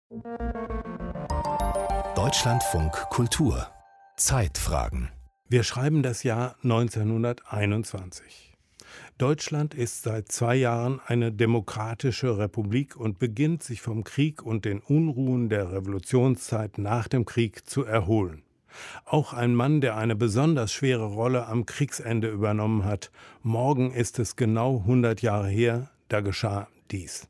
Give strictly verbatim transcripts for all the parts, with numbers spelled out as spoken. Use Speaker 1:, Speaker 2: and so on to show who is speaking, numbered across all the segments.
Speaker 1: Deutschlandfunk Kultur Zeitfragen.
Speaker 2: Wir schreiben das Jahr neunzehnhunderteinundzwanzig. Deutschland ist seit zwei Jahren eine demokratische Republik und beginnt, sich vom Krieg und den Unruhen der Revolutionszeit nach dem Krieg zu erholen. Auch ein Mann, der eine besonders schwere Rolle am Kriegsende übernommen hat. Morgen ist es genau hundert Jahre her, da geschah dies.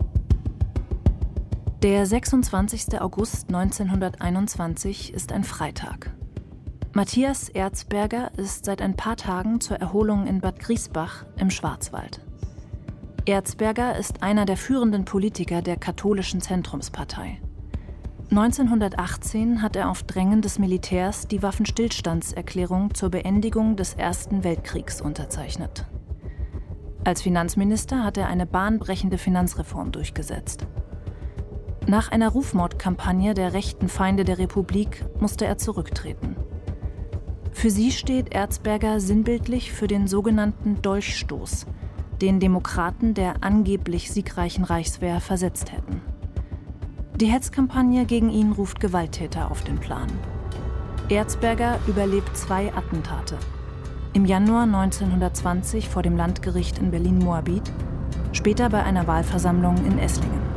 Speaker 3: Der sechsundzwanzigster August neunzehnhunderteinundzwanzig ist ein Freitag. Matthias Erzberger ist seit ein paar Tagen zur Erholung in Bad Griesbach im Schwarzwald. Erzberger ist einer der führenden Politiker der katholischen Zentrumspartei. neunzehnhundertachtzehn hat er auf Drängen des Militärs die Waffenstillstandserklärung zur Beendigung des Ersten Weltkriegs unterzeichnet. Als Finanzminister hat er eine bahnbrechende Finanzreform durchgesetzt. Nach einer Rufmordkampagne der rechten Feinde der Republik musste er zurücktreten. Für sie steht Erzberger sinnbildlich für den sogenannten Dolchstoß, den Demokraten der angeblich siegreichen Reichswehr versetzt hätten. Die Hetzkampagne gegen ihn ruft Gewalttäter auf den Plan. Erzberger überlebt zwei Attentate. Im Januar neunzehnhundertzwanzig vor dem Landgericht in Berlin-Moabit, später bei einer Wahlversammlung in Esslingen.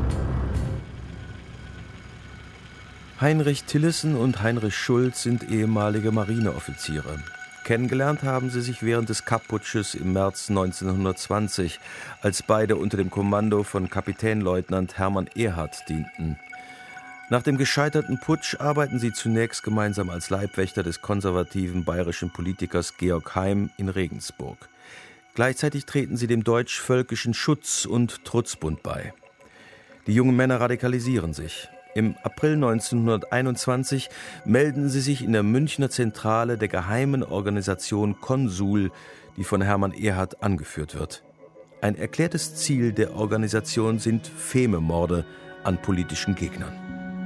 Speaker 4: Heinrich Tillessen und Heinrich Schulz sind ehemalige Marineoffiziere. Kennengelernt haben sie sich während des Kapp-Putsches im März neunzehnhundertzwanzig, als beide unter dem Kommando von Kapitänleutnant Hermann Ehrhardt dienten. Nach dem gescheiterten Putsch arbeiten sie zunächst gemeinsam als Leibwächter des konservativen bayerischen Politikers Georg Heym in Regensburg. Gleichzeitig treten sie dem deutsch-völkischen Schutz- und Trutzbund bei. Die jungen Männer radikalisieren sich. Im April neunzehnhunderteinundzwanzig melden sie sich in der Münchner Zentrale der geheimen Organisation Konsul, die von Hermann Ehrhardt angeführt wird. Ein erklärtes Ziel der Organisation sind Fememorde an politischen Gegnern.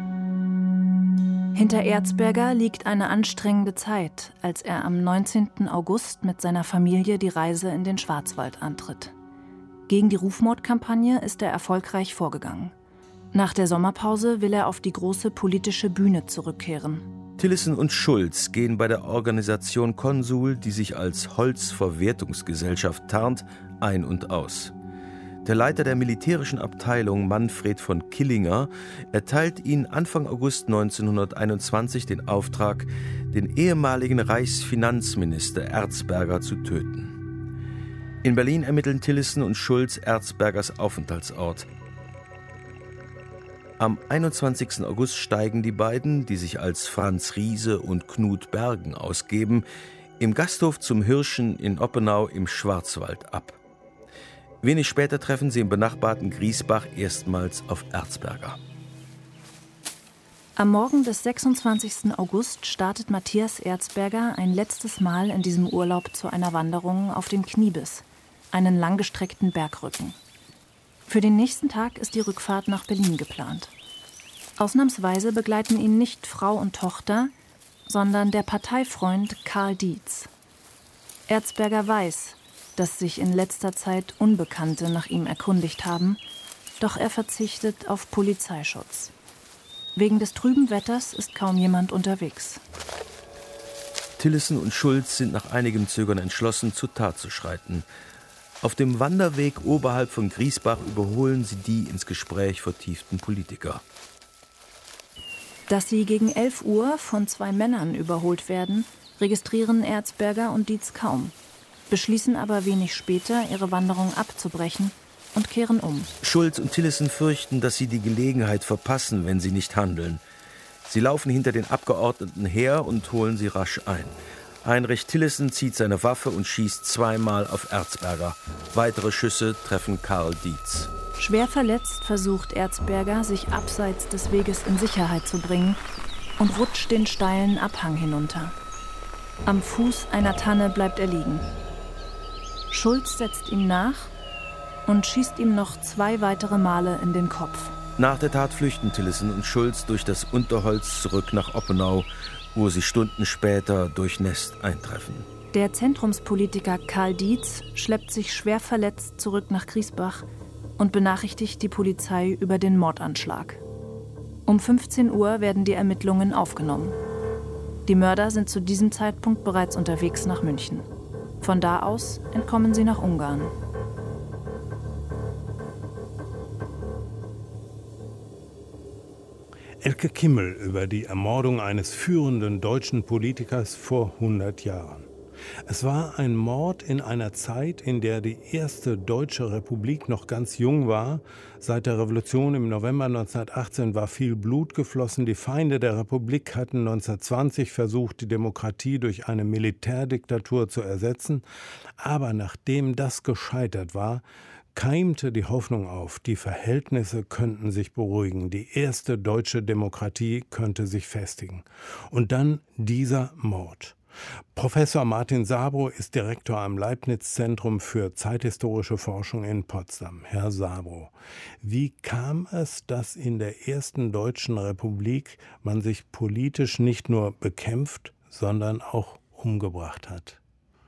Speaker 3: Hinter Erzberger liegt eine anstrengende Zeit, als er am neunzehnten August mit seiner Familie die Reise in den Schwarzwald antritt. Gegen die Rufmordkampagne ist er erfolgreich vorgegangen. Nach der Sommerpause will er auf die große politische Bühne zurückkehren.
Speaker 4: Tillessen und Schulz gehen bei der Organisation Konsul, die sich als Holzverwertungsgesellschaft tarnt, ein und aus. Der Leiter der militärischen Abteilung, Manfred von Killinger, erteilt ihnen Anfang August neunzehnhunderteinundzwanzig den Auftrag, den ehemaligen Reichsfinanzminister Erzberger zu töten. In Berlin ermitteln Tillessen und Schulz Erzbergers Aufenthaltsort. Am einundzwanzigsten August steigen die beiden, die sich als Franz Riese und Knut Bergen ausgeben, im Gasthof zum Hirschen in Oppenau im Schwarzwald ab. Wenig später treffen sie im benachbarten Griesbach erstmals auf Erzberger.
Speaker 3: Am Morgen des sechsundzwanzigsten August startet Matthias Erzberger ein letztes Mal in diesem Urlaub zu einer Wanderung auf den Kniebiss, einen langgestreckten Bergrücken. Für den nächsten Tag ist die Rückfahrt nach Berlin geplant. Ausnahmsweise begleiten ihn nicht Frau und Tochter, sondern der Parteifreund Karl Dietz. Erzberger weiß, dass sich in letzter Zeit Unbekannte nach ihm erkundigt haben, doch er verzichtet auf Polizeischutz. Wegen des trüben Wetters ist kaum jemand unterwegs.
Speaker 4: Tillessen und Schulz sind nach einigem Zögern entschlossen, zur Tat zu schreiten. Auf dem Wanderweg oberhalb von Griesbach überholen sie die ins Gespräch vertieften Politiker.
Speaker 3: Dass sie gegen elf Uhr von zwei Männern überholt werden, registrieren Erzberger und Dietz kaum, beschließen aber wenig später, ihre Wanderung abzubrechen und kehren um.
Speaker 4: Schulz und Tillessen fürchten, dass sie die Gelegenheit verpassen, wenn sie nicht handeln. Sie laufen hinter den Abgeordneten her und holen sie rasch ein. Heinrich Tillessen zieht seine Waffe und schießt zweimal auf Erzberger. Weitere Schüsse treffen Karl Dietz.
Speaker 3: Schwer verletzt versucht Erzberger, sich abseits des Weges in Sicherheit zu bringen und rutscht den steilen Abhang hinunter. Am Fuß einer Tanne bleibt er liegen. Schulz setzt ihm nach und schießt ihm noch zwei weitere Male in den Kopf.
Speaker 4: Nach der Tat flüchten Tillessen und Schulz durch das Unterholz zurück nach Oppenau, wo sie Stunden später durchnässt eintreffen.
Speaker 3: Der Zentrumspolitiker Karl Dietz schleppt sich schwer verletzt zurück nach Griesbach und benachrichtigt die Polizei über den Mordanschlag. Um fünfzehn Uhr werden die Ermittlungen aufgenommen. Die Mörder sind zu diesem Zeitpunkt bereits unterwegs nach München. Von da aus entkommen sie nach Ungarn.
Speaker 2: Elke Kimmel über die Ermordung eines führenden deutschen Politikers vor hundert Jahren. Es war ein Mord in einer Zeit, in der die erste deutsche Republik noch ganz jung war. Seit der Revolution im November neunzehnhundertachtzehn war viel Blut geflossen. Die Feinde der Republik hatten neunzehnhundertzwanzig versucht, die Demokratie durch eine Militärdiktatur zu ersetzen. Aber nachdem das gescheitert war, keimte die Hoffnung auf, die Verhältnisse könnten sich beruhigen, die erste deutsche Demokratie könnte sich festigen. Und dann dieser Mord. Professor Martin Sabrow ist Direktor am Leibniz-Zentrum für zeithistorische Forschung in Potsdam. Herr Sabrow, wie kam es, dass in der ersten deutschen Republik man sich politisch nicht nur bekämpft, sondern auch umgebracht hat?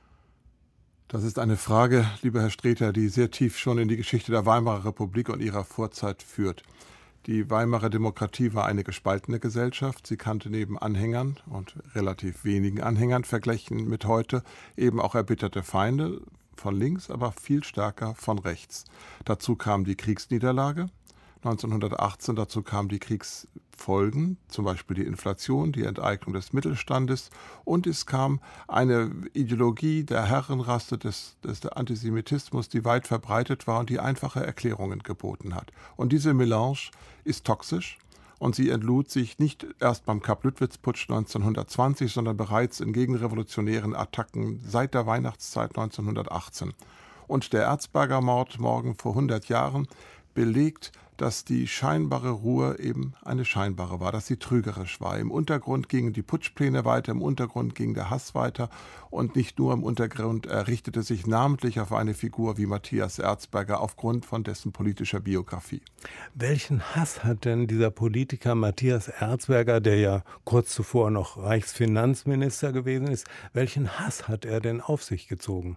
Speaker 5: Das ist eine Frage, lieber Herr Streter, die sehr tief schon in die Geschichte der Weimarer Republik und ihrer Vorzeit führt. Die Weimarer Demokratie war eine gespaltene Gesellschaft. Sie kannte neben Anhängern und relativ wenigen Anhängern, verglichen mit heute, eben auch erbitterte Feinde von links, aber viel stärker von rechts. Dazu kam die Kriegsniederlage neunzehnhundertachtzehn, dazu kamen die Kriegsfolgen, zum Beispiel die Inflation, die Enteignung des Mittelstandes, und es kam eine Ideologie der Herrenrasse des, des Antisemitismus, die weit verbreitet war und die einfache Erklärungen geboten hat. Und diese Melange ist toxisch und sie entlud sich nicht erst beim Kapp-Lüttwitz-Putsch neunzehnhundertzwanzig, sondern bereits in gegenrevolutionären Attacken seit der Weihnachtszeit neunzehnhundertachtzehn. Und der Erzberger Mord morgen vor hundert Jahren belegt, dass die scheinbare Ruhe eben eine scheinbare war, dass sie trügerisch war. Im Untergrund gingen die Putschpläne weiter, im Untergrund ging der Hass weiter und nicht nur im Untergrund, er richtete sich namentlich auf eine Figur wie Matthias Erzberger aufgrund von dessen politischer Biografie.
Speaker 2: Welchen Hass hat denn dieser Politiker Matthias Erzberger, der ja kurz zuvor noch Reichsfinanzminister gewesen ist, welchen Hass hat er denn auf sich gezogen?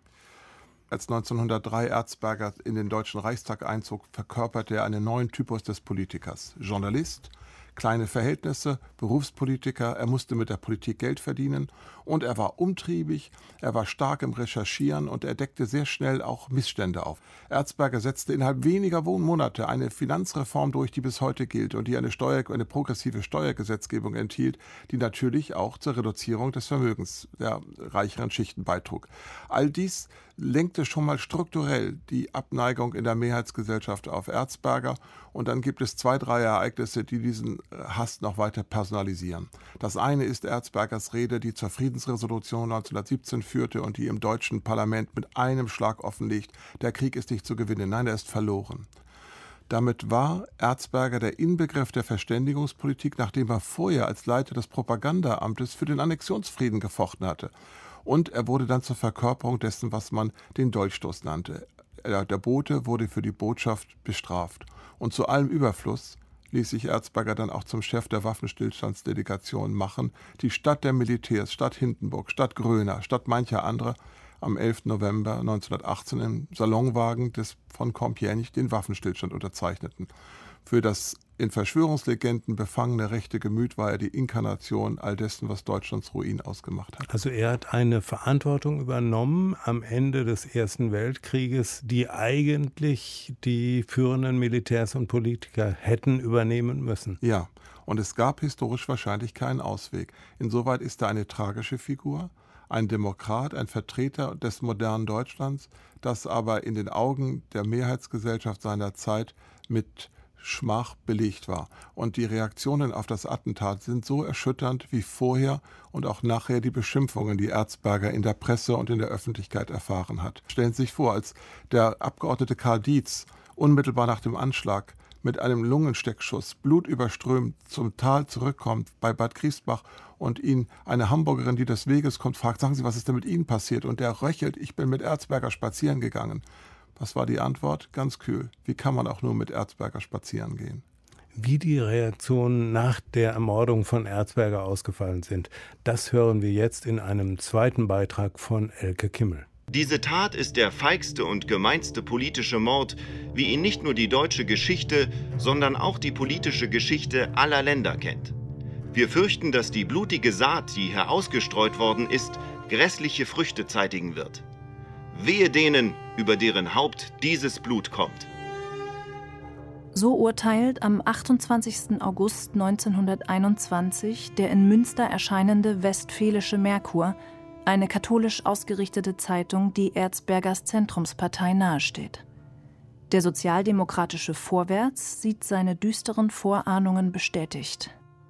Speaker 5: Als neunzehnhundertdrei Erzberger in den Deutschen Reichstag einzog, verkörperte er einen neuen Typus des Politikers. Journalist, kleine Verhältnisse, Berufspolitiker, er musste mit der Politik Geld verdienen und er war umtriebig, er war stark im Recherchieren und er deckte sehr schnell auch Missstände auf. Erzberger setzte innerhalb weniger Monate eine Finanzreform durch, die bis heute gilt und die eine, Steuer, eine progressive Steuergesetzgebung enthielt, die natürlich auch zur Reduzierung des Vermögens der reicheren Schichten beitrug. All dies lenkte schon mal strukturell die Abneigung in der Mehrheitsgesellschaft auf Erzberger. Und dann gibt es zwei, drei Ereignisse, die diesen Hass noch weiter personalisieren. Das eine ist Erzbergers Rede, die zur Friedensresolution neunzehnhundertsiebzehn führte und die im deutschen Parlament mit einem Schlag offenlegt, der Krieg ist nicht zu gewinnen, nein, er ist verloren. Damit war Erzberger der Inbegriff der Verständigungspolitik, nachdem er vorher als Leiter des Propagandaamtes für den Annexionsfrieden gefochten hatte. Und er wurde dann zur Verkörperung dessen, was man den Dolchstoß nannte. Der Bote wurde für die Botschaft bestraft. Und zu allem Überfluss ließ sich Erzberger dann auch zum Chef der Waffenstillstandsdelegation machen, die statt der Militärs, statt Hindenburg, statt Gröner, statt mancher anderer am elften November neunzehnhundertachtzehn im Salonwagen des von Compiègne den Waffenstillstand unterzeichneten. Für das in Verschwörungslegenden befangene rechte Gemüt war er die Inkarnation all dessen, was Deutschlands Ruin ausgemacht hat.
Speaker 2: Also er hat eine Verantwortung übernommen am Ende des Ersten Weltkrieges, die eigentlich die führenden Militärs und Politiker hätten übernehmen müssen.
Speaker 5: Ja, und es gab historisch wahrscheinlich keinen Ausweg. Insoweit ist er eine tragische Figur, ein Demokrat, ein Vertreter des modernen Deutschlands, das aber in den Augen der Mehrheitsgesellschaft seiner Zeit mit Schmach belegt war. Und die Reaktionen auf das Attentat sind so erschütternd wie vorher und auch nachher die Beschimpfungen, die Erzberger in der Presse und in der Öffentlichkeit erfahren hat. Stellen Sie sich vor, als der Abgeordnete Karl Dietz unmittelbar nach dem Anschlag mit einem Lungensteckschuss, blutüberströmt, zum Tal zurückkommt bei Bad Griesbach und ihn eine Hamburgerin, die des Weges kommt, fragt, sagen Sie, was ist denn mit Ihnen passiert? Und der röchelt, ich bin mit Erzberger spazieren gegangen. Was war die Antwort? Ganz kühl. Wie kann man auch nur mit Erzberger spazieren gehen?
Speaker 2: Wie die Reaktionen nach der Ermordung von Erzberger ausgefallen sind, das hören wir jetzt in einem zweiten Beitrag von Elke Kimmel.
Speaker 6: Diese Tat ist der feigste und gemeinste politische Mord, wie ihn nicht nur die deutsche Geschichte, sondern auch die politische Geschichte aller Länder kennt. Wir fürchten, dass die blutige Saat, die hier ausgestreut worden ist, grässliche Früchte zeitigen wird. Wehe denen, über deren Haupt dieses Blut kommt.
Speaker 3: So urteilt am achtundzwanzigsten August neunzehnhunderteinundzwanzig der in Münster erscheinende Westfälische Merkur, eine katholisch ausgerichtete Zeitung, die Erzbergers Zentrumspartei nahesteht. Der sozialdemokratische Vorwärts sieht seine düsteren Vorahnungen bestätigt.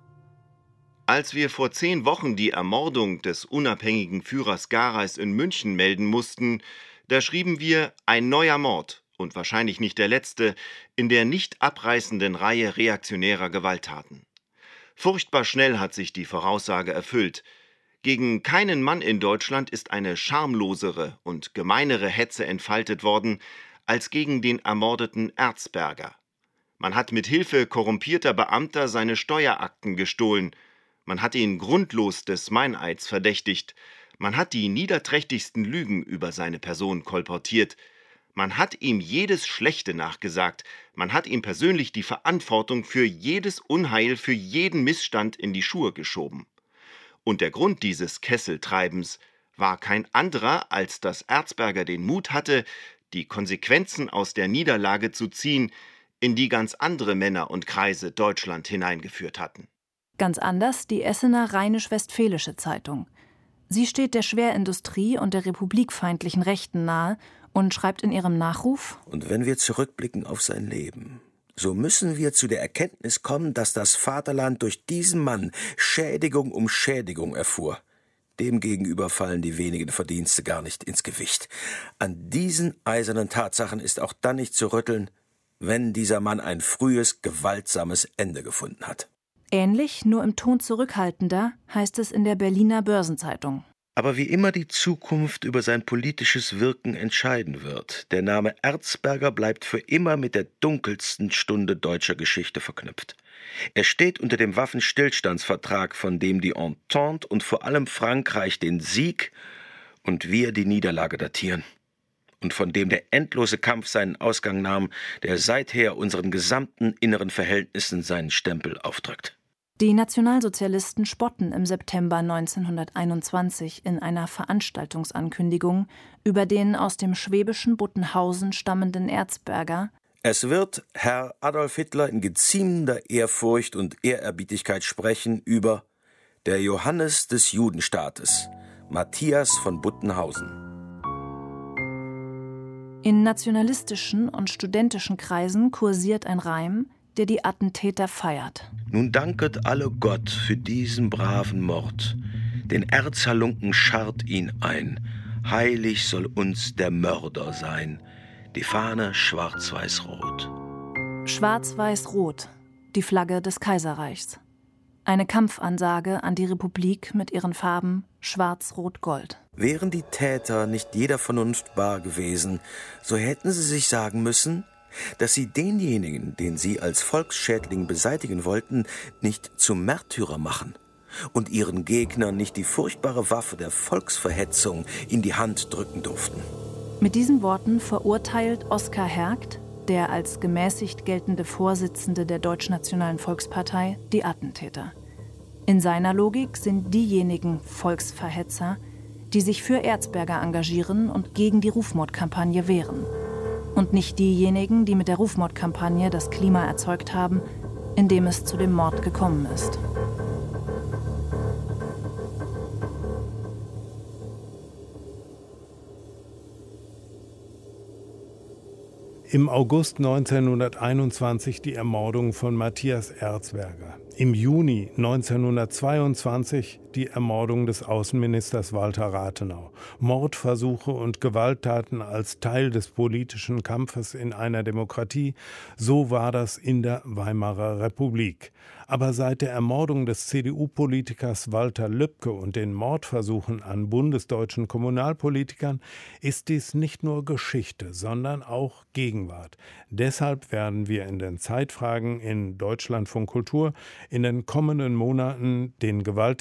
Speaker 6: Als wir vor zehn Wochen die Ermordung des unabhängigen Führers Gareis in München melden mussten, da schrieben wir ein neuer Mord und wahrscheinlich nicht der letzte in der nicht abreißenden Reihe reaktionärer Gewalttaten. Furchtbar schnell hat sich die Voraussage erfüllt. Gegen keinen Mann in Deutschland ist eine schamlosere und gemeinere Hetze entfaltet worden als gegen den ermordeten Erzberger. Man hat mit Hilfe korrumpierter Beamter seine Steuerakten gestohlen. Man hat ihn grundlos des Meineids verdächtigt. Man hat die niederträchtigsten Lügen über seine Person kolportiert. Man hat ihm jedes Schlechte nachgesagt. Man hat ihm persönlich die Verantwortung für jedes Unheil, für jeden Missstand in die Schuhe geschoben. Und der Grund dieses Kesseltreibens war kein anderer, als dass Erzberger den Mut hatte, die Konsequenzen aus der Niederlage zu ziehen, in die ganz andere Männer und Kreise Deutschland hineingeführt hatten.
Speaker 3: Ganz anders die Essener Rheinisch-Westfälische Zeitung. Sie steht der Schwerindustrie und der republikfeindlichen Rechten nahe und schreibt in ihrem Nachruf:
Speaker 4: Und wenn wir zurückblicken auf sein Leben, so müssen wir zu der Erkenntnis kommen, dass das Vaterland durch diesen Mann Schädigung um Schädigung erfuhr. Demgegenüber fallen die wenigen Verdienste gar nicht ins Gewicht. An diesen eisernen Tatsachen ist auch dann nicht zu rütteln, wenn dieser Mann ein frühes, gewaltsames Ende gefunden hat.
Speaker 3: Ähnlich, nur im Ton zurückhaltender, heißt es in der Berliner Börsenzeitung.
Speaker 4: Aber wie immer die Zukunft über sein politisches Wirken entscheiden wird, der Name Erzberger bleibt für immer mit der dunkelsten Stunde deutscher Geschichte verknüpft. Er steht unter dem Waffenstillstandsvertrag, von dem die Entente und vor allem Frankreich den Sieg und wir die Niederlage datieren. Und von dem der endlose Kampf seinen Ausgang nahm, der seither unseren gesamten inneren Verhältnissen seinen Stempel aufdrückt.
Speaker 3: Die Nationalsozialisten spotten im September neunzehnhunderteinundzwanzig in einer Veranstaltungsankündigung über den aus dem schwäbischen Buttenhausen stammenden Erzberger:
Speaker 4: Es wird Herr Adolf Hitler in geziemender Ehrfurcht und Ehrerbietigkeit sprechen über der Johannes des Judenstaates, Matthias von Buttenhausen.
Speaker 3: In nationalistischen und studentischen Kreisen kursiert ein Reim, der die Attentäter feiert.
Speaker 4: Nun danket alle Gott für diesen braven Mord. Den Erzhalunken scharrt ihn ein. Heilig soll uns der Mörder sein. Die Fahne schwarz-weiß-rot.
Speaker 3: Schwarz-weiß-rot, die Flagge des Kaiserreichs. Eine Kampfansage an die Republik mit ihren Farben Schwarz-Rot-Gold.
Speaker 4: Wären die Täter nicht jeder Vernunft bar gewesen, so hätten sie sich sagen müssen, dass sie denjenigen, den sie als Volksschädling beseitigen wollten, nicht zum Märtyrer machen und ihren Gegnern nicht die furchtbare Waffe der Volksverhetzung in die Hand drücken durften.
Speaker 3: Mit diesen Worten verurteilt Oskar Hergt, der als gemäßigt geltende Vorsitzende der Deutschnationalen Volkspartei, die Attentäter. In seiner Logik sind diejenigen Volksverhetzer, die sich für Erzberger engagieren und gegen die Rufmordkampagne wehren. Und nicht diejenigen, die mit der Rufmordkampagne das Klima erzeugt haben, in dem es zu dem Mord gekommen ist.
Speaker 2: Im August neunzehnhunderteinundzwanzig die Ermordung von Matthias Erzberger. Im Juni neunzehnhundertzweiundzwanzig die Ermordung des Außenministers Walter Rathenau. Mordversuche und Gewalttaten als Teil des politischen Kampfes in einer Demokratie, so war das in der Weimarer Republik. Aber seit der Ermordung des C D U-Politikers Walter Lübcke und den Mordversuchen an bundesdeutschen Kommunalpolitikern ist dies nicht nur Geschichte, sondern auch Gegenwart. Deshalb werden wir in den Zeitfragen in Deutschlandfunk Kultur in den kommenden Monaten den gewalttätigen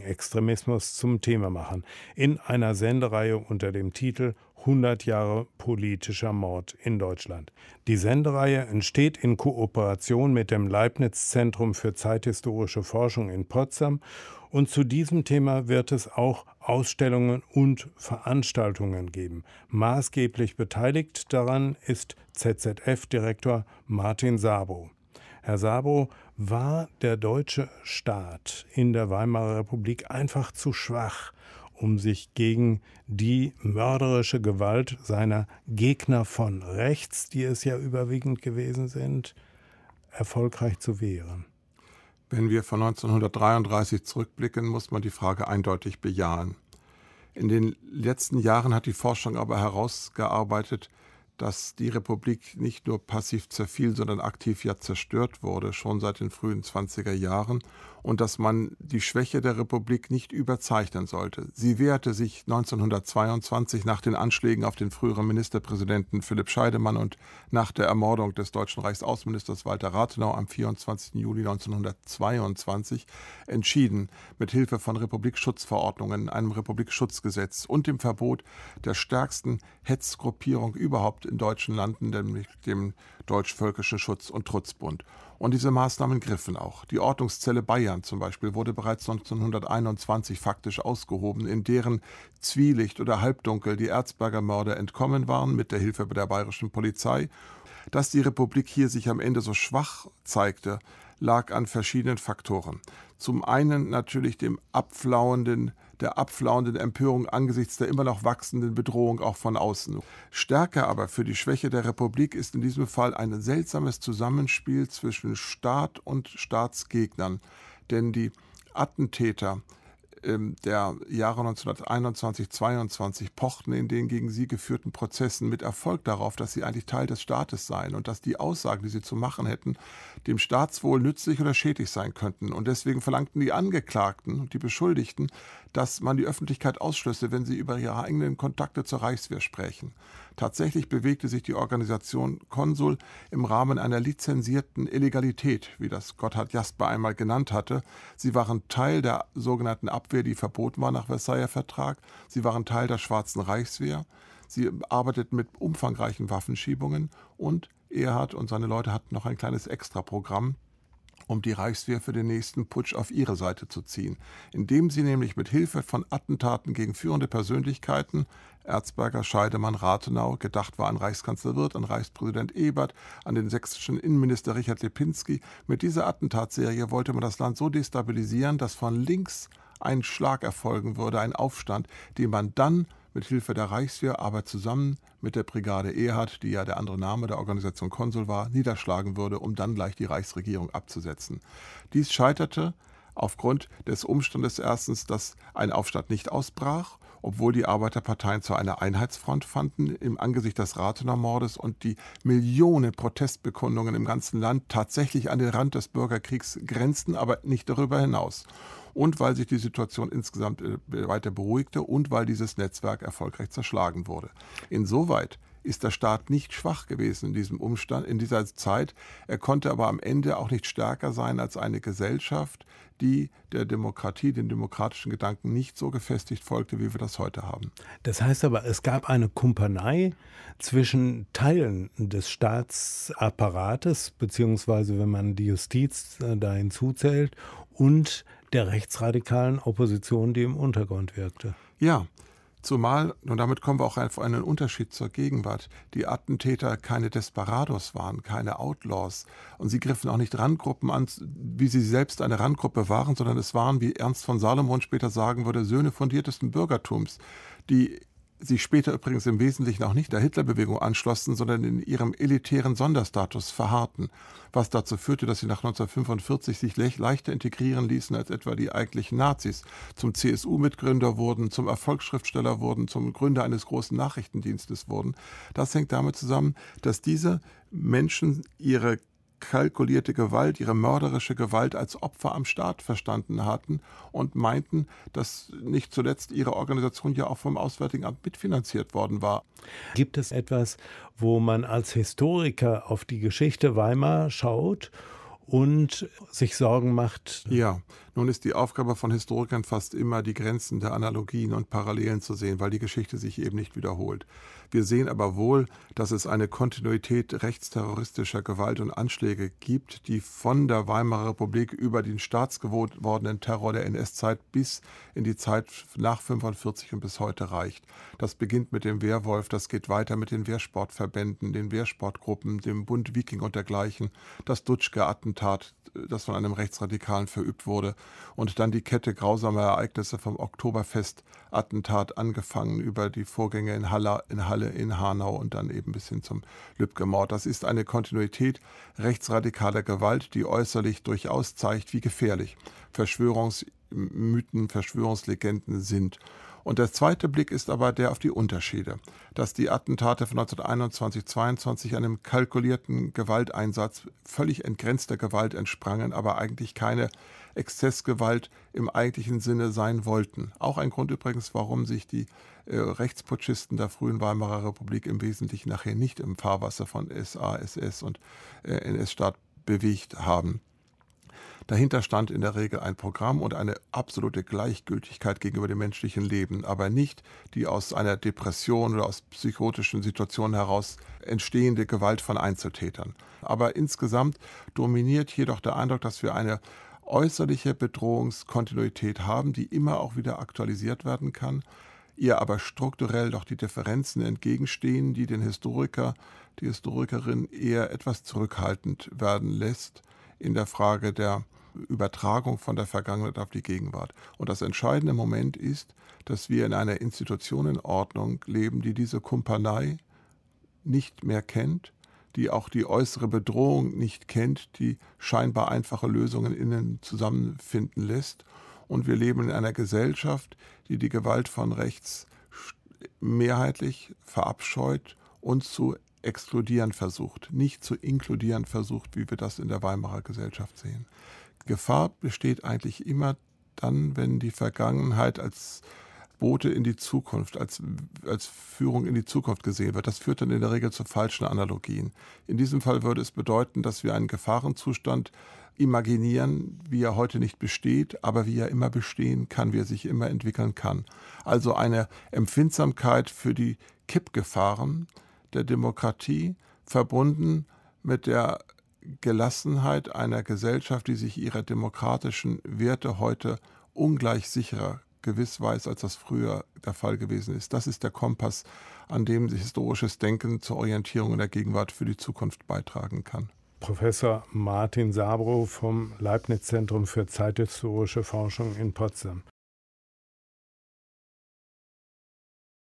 Speaker 2: Extremismus zum Thema machen, in einer Sendereihe unter dem Titel hundert Jahre politischer Mord in Deutschland. Die Sendereihe entsteht in Kooperation mit dem Leibniz-Zentrum für zeithistorische Forschung in Potsdam und zu diesem Thema wird es auch Ausstellungen und Veranstaltungen geben. Maßgeblich beteiligt daran ist Z Z F-Direktor Martin Sabo. Herr Sabo, war der deutsche Staat in der Weimarer Republik einfach zu schwach, um sich gegen die mörderische Gewalt seiner Gegner von rechts, die es ja überwiegend gewesen sind, erfolgreich zu wehren?
Speaker 5: Wenn wir von neunzehnhundertdreiunddreißig zurückblicken, muss man die Frage eindeutig bejahen. In den letzten Jahren hat die Forschung aber herausgearbeitet, dass die Republik nicht nur passiv zerfiel, sondern aktiv ja zerstört wurde, schon seit den frühen zwanziger Jahren, und dass man die Schwäche der Republik nicht überzeichnen sollte. Sie wehrte sich neunzehnhundertzweiundzwanzig nach den Anschlägen auf den früheren Ministerpräsidenten Philipp Scheidemann und nach der Ermordung des deutschen Reichsaußenministers Walter Rathenau am vierundzwanzigsten Juli neunzehnhundertzweiundzwanzig entschieden, mit Hilfe von Republikschutzverordnungen, einem Republikschutzgesetz und dem Verbot der stärksten Hetzgruppierung überhaupt in deutschen Landen, nämlich dem Deutsch-Völkischen Schutz- und Trutzbund. Und diese Maßnahmen griffen auch. Die Ordnungszelle Bayern zum Beispiel wurde bereits neunzehnhunderteinundzwanzig faktisch ausgehoben, in deren Zwielicht oder Halbdunkel die Erzberger Mörder entkommen waren mit der Hilfe der bayerischen Polizei. Dass die Republik hier sich am Ende so schwach zeigte, lag an verschiedenen Faktoren. Zum einen natürlich dem abflauenden, der abflauenden Empörung angesichts der immer noch wachsenden Bedrohung auch von außen. Stärker aber für die Schwäche der Republik ist in diesem Fall ein seltsames Zusammenspiel zwischen Staat und Staatsgegnern. Denn die Attentäter der Jahre neunzehnhunderteinundzwanzig, zweiundzwanzig pochten in den gegen sie geführten Prozessen mit Erfolg darauf, dass sie eigentlich Teil des Staates seien und dass die Aussagen, die sie zu machen hätten, dem Staatswohl nützlich oder schädlich sein könnten. Und deswegen verlangten die Angeklagten und die Beschuldigten, dass man die Öffentlichkeit ausschlösse, wenn sie über ihre eigenen Kontakte zur Reichswehr sprechen. Tatsächlich bewegte sich die Organisation Konsul im Rahmen einer lizenzierten Illegalität, wie das Gotthard Jasper einmal genannt hatte. Sie waren Teil der sogenannten Abwehr, die verboten war nach Versailler Vertrag. Sie waren Teil der Schwarzen Reichswehr. Sie arbeiteten mit umfangreichen Waffenschiebungen und Erhard und seine Leute hatten noch ein kleines Extraprogramm, um die Reichswehr für den nächsten Putsch auf ihre Seite zu ziehen, indem sie nämlich mit Hilfe von Attentaten gegen führende Persönlichkeiten, Erzberger, Scheidemann, Rathenau, gedacht war an Reichskanzler Wirth, an Reichspräsident Ebert, an den sächsischen Innenminister Richard Lipinski, mit dieser Attentatserie wollte man das Land so destabilisieren, dass von links ein Schlag erfolgen würde, ein Aufstand, den man dann mit Hilfe der Reichswehr, aber zusammen mit der Brigade Erhard, die ja der andere Name der Organisation Konsul war, niederschlagen würde, um dann gleich die Reichsregierung abzusetzen. Dies scheiterte aufgrund des Umstandes erstens, dass ein Aufstand nicht ausbrach, obwohl die Arbeiterparteien zu einer Einheitsfront fanden im Angesicht des Rathenau-Mordes und die Millionen Protestbekundungen im ganzen Land tatsächlich an den Rand des Bürgerkriegs grenzten, aber nicht darüber hinaus. Und weil sich die Situation insgesamt weiter beruhigte und weil dieses Netzwerk erfolgreich zerschlagen wurde. Insoweit ist der Staat nicht schwach gewesen in diesem Umstand, in dieser Zeit. Er konnte aber am Ende auch nicht stärker sein als eine Gesellschaft, die der Demokratie, den demokratischen Gedanken nicht so gefestigt folgte, wie wir das heute haben.
Speaker 2: Das heißt aber, es gab eine Kumpanei zwischen Teilen des Staatsapparates, beziehungsweise wenn man die Justiz da hinzuzählt, und der rechtsradikalen Opposition, die im Untergrund wirkte.
Speaker 5: Ja, zumal, und damit kommen wir auch auf einen Unterschied zur Gegenwart, die Attentäter keine Desperados waren, keine Outlaws. Und sie griffen auch nicht Randgruppen an, wie sie selbst eine Randgruppe waren, sondern es waren, wie Ernst von Salomon später sagen würde, Söhne fundiertesten Bürgertums, die sich später übrigens im Wesentlichen auch nicht der Hitlerbewegung anschlossen, sondern in ihrem elitären Sonderstatus verharrten, was dazu führte, dass sie nach neunzehnhundertfünfundvierzig sich le- leichter integrieren ließen als etwa die eigentlichen Nazis, zum C S U-Mitgründer wurden, zum Erfolgsschriftsteller wurden, zum Gründer eines großen Nachrichtendienstes wurden. Das hängt damit zusammen, dass diese Menschen ihre kalkulierte Gewalt, ihre mörderische Gewalt als Opfer am Staat verstanden hatten und meinten, dass nicht zuletzt ihre Organisation ja auch vom Auswärtigen Amt mitfinanziert worden war.
Speaker 2: Gibt es etwas, wo man als Historiker auf die Geschichte Weimar schaut und sich Sorgen macht?
Speaker 5: Ja, Nun ist die Aufgabe von Historikern fast immer, die Grenzen der Analogien und Parallelen zu sehen, weil die Geschichte sich eben nicht wiederholt. Wir sehen aber wohl, dass es eine Kontinuität rechtsterroristischer Gewalt und Anschläge gibt, die von der Weimarer Republik über den staatsgewordenen Terror der N S-Zeit bis in die Zeit nach fünfundvierzig und bis heute reicht. Das beginnt mit dem Wehrwolf, das geht weiter mit den Wehrsportverbänden, den Wehrsportgruppen, dem Bund Viking und dergleichen, das Dutschke-Attentat, das von einem Rechtsradikalen verübt wurde, und dann die Kette grausamer Ereignisse vom Oktoberfest-Attentat angefangen über die Vorgänge in Halle, in Halle, in Hanau und dann eben bis hin zum Lübcke-Mord. Das ist eine Kontinuität rechtsradikaler Gewalt, die äußerlich durchaus zeigt, wie gefährlich Verschwörungsmythen, Verschwörungslegenden sind. Und der zweite Blick ist aber der auf die Unterschiede, dass die Attentate von neunzehnhunderteinundzwanzig zweiundzwanzig einem kalkulierten Gewalteinsatz völlig entgrenzter Gewalt entsprangen, aber eigentlich keine Exzessgewalt im eigentlichen Sinne sein wollten. Auch ein Grund übrigens, warum sich die äh, Rechtsputschisten der frühen Weimarer Republik im Wesentlichen nachher nicht im Fahrwasser von S A, S S und äh, N S-Staat bewegt haben. Dahinter stand in der Regel ein Programm und eine absolute Gleichgültigkeit gegenüber dem menschlichen Leben, aber nicht die aus einer Depression oder aus psychotischen Situationen heraus entstehende Gewalt von Einzeltätern. Aber insgesamt dominiert jedoch der Eindruck, dass wir eine äußerliche Bedrohungskontinuität haben, die immer auch wieder aktualisiert werden kann, ihr aber strukturell doch die Differenzen entgegenstehen, die den Historiker, die Historikerin eher etwas zurückhaltend werden lässt in der Frage der Übertragung von der Vergangenheit auf die Gegenwart. Und das entscheidende Moment ist, dass wir in einer Institutionenordnung leben, die diese Kumpanei nicht mehr kennt, die auch die äußere Bedrohung nicht kennt, die scheinbar einfache Lösungen innen zusammenfinden lässt. Und wir leben in einer Gesellschaft, die die Gewalt von rechts mehrheitlich verabscheut und zu exkludieren versucht, nicht zu inkludieren versucht, wie wir das in der Weimarer Gesellschaft sehen. Gefahr besteht eigentlich immer dann, wenn die Vergangenheit als Bote in die Zukunft, als, als Führung in die Zukunft gesehen wird. Das führt dann in der Regel zu falschen Analogien. In diesem Fall würde es bedeuten, dass wir einen Gefahrenzustand imaginieren, wie er heute nicht besteht, aber wie er immer bestehen kann, wie er sich immer entwickeln kann. Also eine Empfindsamkeit für die Kippgefahren der Demokratie, verbunden mit der Gelassenheit einer Gesellschaft, die sich ihrer demokratischen Werte heute ungleich sicherer gewiss weiß, als das früher der Fall gewesen ist. Das ist der Kompass, an dem historisches Denken zur Orientierung in der Gegenwart für die Zukunft beitragen kann.
Speaker 2: Professor Martin Sabrow vom Leibniz-Zentrum für zeithistorische Forschung in Potsdam.